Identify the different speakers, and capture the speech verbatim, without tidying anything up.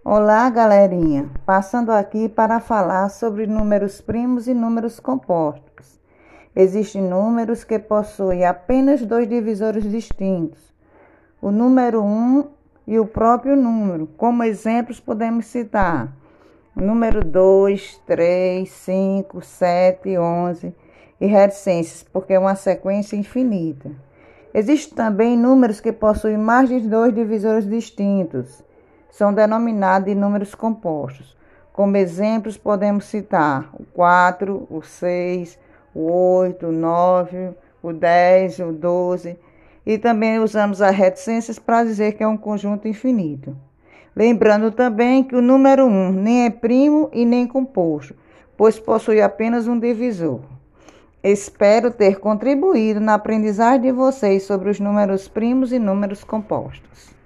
Speaker 1: Olá, galerinha! Passando aqui para falar sobre números primos e números compostos. Existem números que possuem apenas dois divisores distintos, o número um e o próprio número. Como exemplos, podemos citar o número dois, três, cinco, sete, onze e reticências, porque é uma sequência infinita. Existem também números que possuem mais de dois divisores distintos. São denominados de números compostos. Como exemplos, podemos citar o quatro, o seis, o oito, o nove, o dez, o doze. E também usamos as reticências para dizer que é um conjunto infinito. Lembrando também que o número um nem é primo e nem composto, pois possui apenas um divisor. Espero ter contribuído na aprendizagem de vocês sobre os números primos e números compostos.